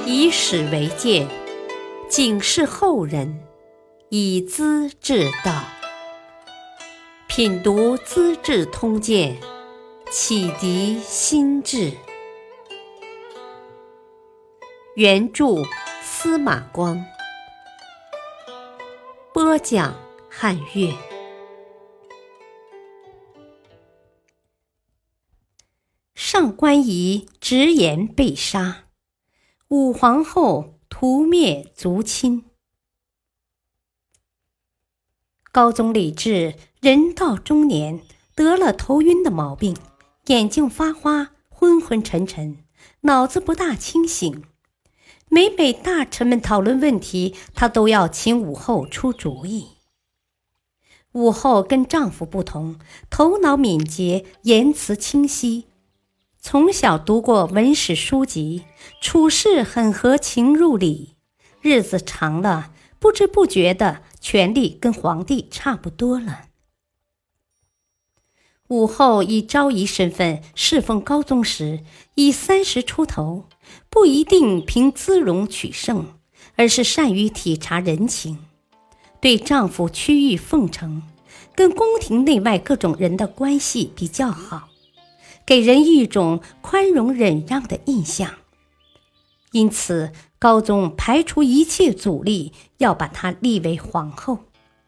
以史为鉴，警示后人，以资治道。品读《资治通鉴》，启迪心智。原著司马光，播讲汉乐。上官仪直言被杀，武皇后屠灭族亲。高宗李治人到中年，得了头晕的毛病，眼睛发花，昏昏沉沉，脑子不大清醒。每大臣们讨论问题，他都要请武后出主意。武后跟丈夫不同，头脑敏捷，言辞清晰，从小读过文史书籍，处事很合情入理，日子长了，不知不觉的权力跟皇帝差不多了。武后以昭仪身份侍奉高宗时，已30出头，不一定凭姿容取胜，而是善于体察人情，对丈夫趋于奉承，跟宫廷内外各种人的关系比较好，给人一种宽容忍让的印象。因此高宗排除一切阻力，要把她立为皇后。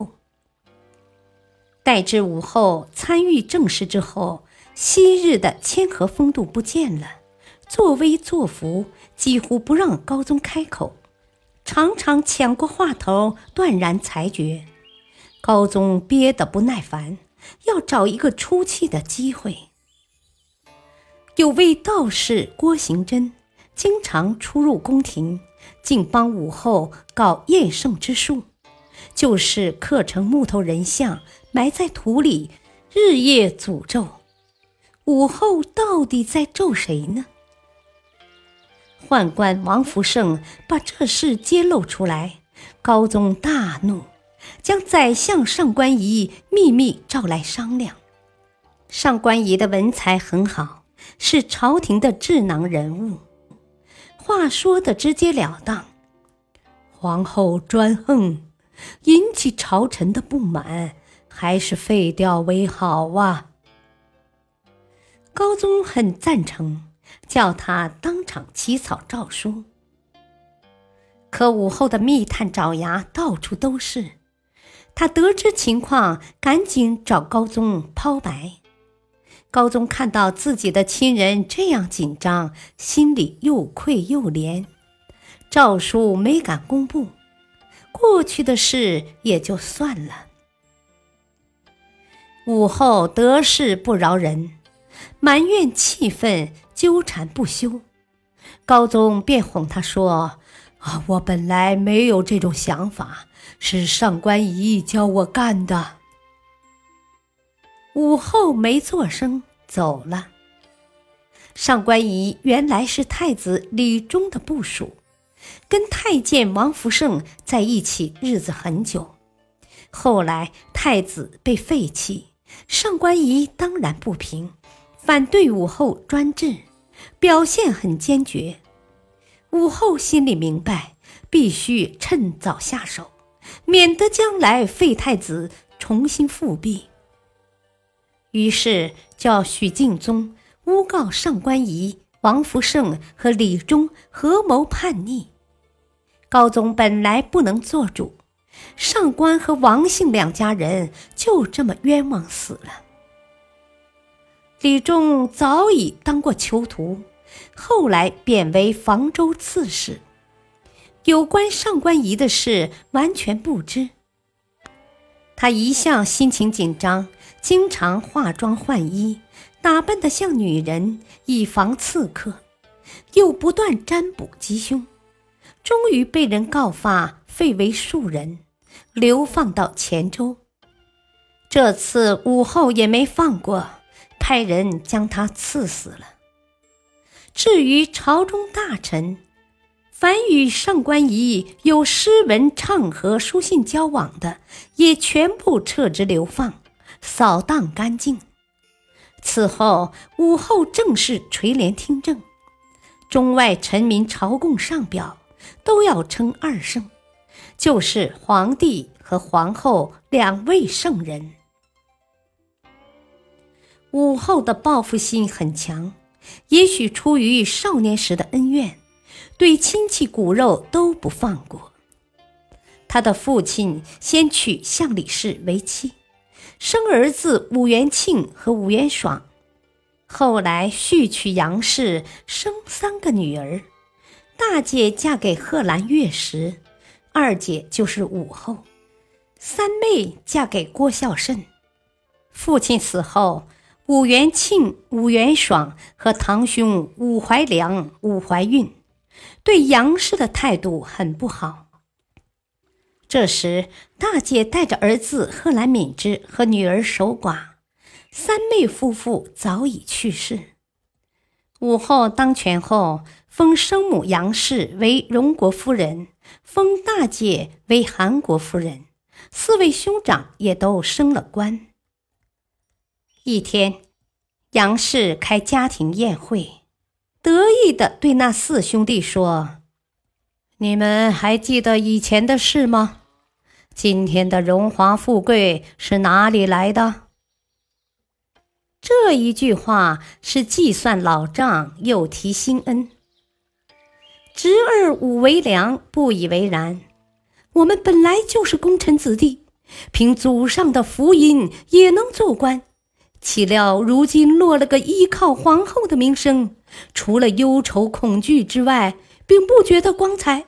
待至武后参与政事之后，昔日的谦和风度不见了，作威作福，几乎不让高宗开口，常常抢过话头，断然裁决。高宗憋得不耐烦，要找一个出气的机会。有位道士郭行真，经常出入宫廷，竟帮武后搞厌胜之术，就是刻成木头人像，埋在土里，日夜诅咒。武后到底在咒谁呢？宦官王福胜把这事揭露出来，高宗大怒，将宰相上官仪秘密召来商量。上官仪的文采很好，是朝廷的智囊人物，话说得直截了当。皇后专横，引起朝臣的不满，还是废掉为好啊。高宗很赞成，叫他当场起草诏书。可武后的密探爪牙到处都是，他得知情况，赶紧找高宗抛白。高宗看到自己的亲人这样紧张，心里又愧又怜，诏书没敢公布，过去的事也就算了。武后得势不饶人，埋怨气愤，纠缠不休。高宗便哄她说，我本来没有这种想法，是上官仪教我干的。武后没作声，走了。上官仪原来是太子李忠的部属，跟太监王福胜在一起日子很久。后来太子被废弃，上官仪当然不平，反对武后专制，表现很坚决。武后心里明白，必须趁早下手，免得将来废太子重新复辟。于是叫许敬宗诬告上官仪、王福胜和李忠合谋叛逆。高宗本来不能做主，上官和王姓两家人就这么冤枉死了。李忠早已当过囚徒，后来贬为房州刺史，有关上官仪的事完全不知。他一向心情紧张，经常化妆换衣，打扮得像女人，以防刺客，又不断占卜吉凶，终于被人告发，废为庶人，流放到黔州。这次武后也没放过，派人将他刺死了。至于朝中大臣，凡与上官仪有诗文唱和书信交往的，也全部撤职流放，扫荡干净。此后武后正式垂帘听政， 中外臣民朝贡上表，都要称二圣，就是皇帝和皇后两位圣人。武后的报复心很强，也许出于少年时的恩怨，对亲戚骨肉都不放过。他的父亲先娶向李氏为妻，生儿子武元庆和武元爽，后来续娶杨氏，生3个女儿。大姐嫁给贺兰月时，二姐就是武后，三妹嫁给郭孝慎。父亲死后，武元庆、武元爽和堂兄武怀良、武怀孕对杨氏的态度很不好。这时，大姐带着儿子贺兰敏之和女儿守寡，三妹夫妇早已去世。武后当权后，封生母杨氏为荣国夫人，封大姐为韩国夫人，4位兄长也都升了官。一天，杨氏开家庭宴会，得意地对那4兄弟说：“你们还记得以前的事吗？今天的荣华富贵是哪里来的？”这一句话是计算老账，又提新恩。侄儿武为良不以为然：“我们本来就是功臣子弟，凭祖上的福荫也能做官，岂料如今落了个依靠皇后的名声，除了忧愁恐惧之外，并不觉得光彩。”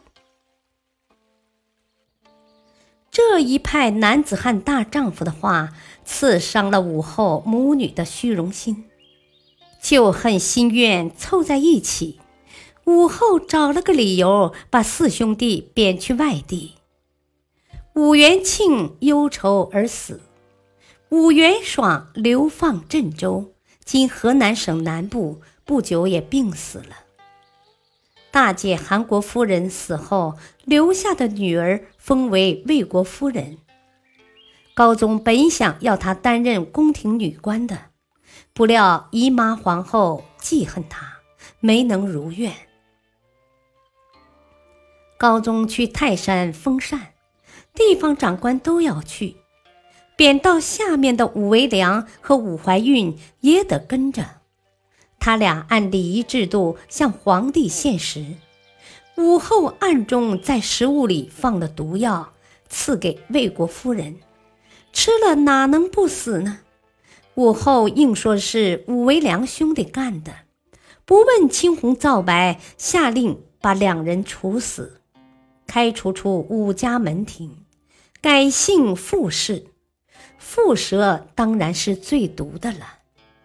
这一派男子汉大丈夫的话，刺伤了武后母女的虚荣心，旧恨新怨凑在一起。武后找了个理由，把4兄弟贬去外地。武元庆忧愁而死，武元爽流放镇州，今河南省南部，不久也病死了。大姐韩国夫人死后，留下的女儿封为魏国夫人。高宗本想要她担任宫廷女官的，不料姨妈皇后记恨她，没能如愿。高宗去泰山封禅，地方长官都要去，贬到下面的武为良和武怀孕也得跟着。他俩按礼仪制度向皇帝献食，武后暗中在食物里放了毒药，赐给魏国夫人，吃了哪能不死呢？武后硬说是武为良兄弟干的，不问青红皂白，下令把2人处死，开除出武家门庭，改姓傅氏。蝮蛇当然是最毒的了。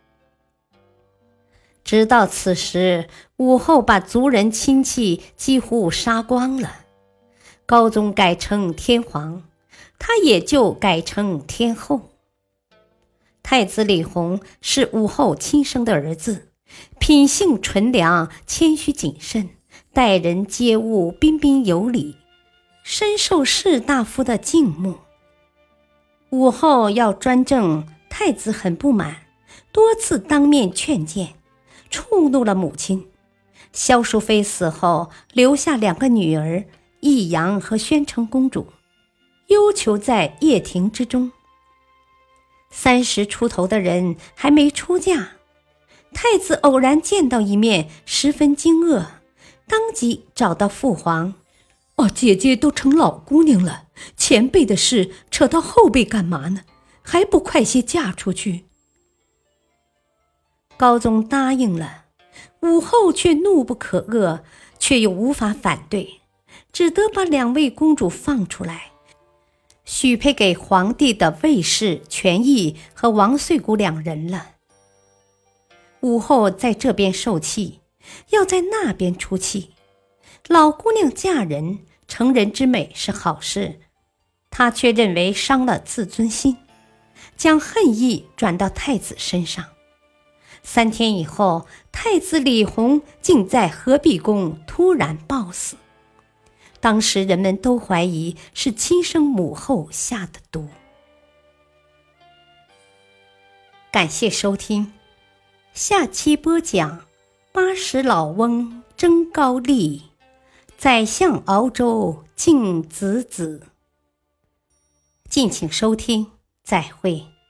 直到此时，武后把族人亲戚几乎杀光了。高宗改称天皇，他也就改称天后。太子李弘是武后亲生的儿子，品性纯良，谦虚谨慎，待人接物彬彬有礼，深受士大夫的敬慕。武后要专政，太子很不满，多次当面劝谏，触怒了母亲。萧淑妃死后，留下2个女儿义阳和宣城公主，忧囚在掖庭之中。30出头的人还没出嫁，太子偶然见到一面，十分惊愕，当即找到父皇：“姐姐都成老姑娘了，前辈的事扯到后辈干嘛呢？还不快些嫁出去？”高宗答应了，武后却怒不可遏，却又无法反对，只得把2位公主放出来，许配给皇帝的卫士权益和王遂谷2人了。武后在这边受气，要在那边出气。老姑娘嫁人，成人之美是好事，她却认为伤了自尊心，将恨意转到太子身上。3天以后，太子李弘竟在合璧宫突然暴死。当时人们都怀疑是亲生母后下的毒。感谢收听，下期播讲80老翁争高丽，宰相熬粥敬子子。敬请收听，再会。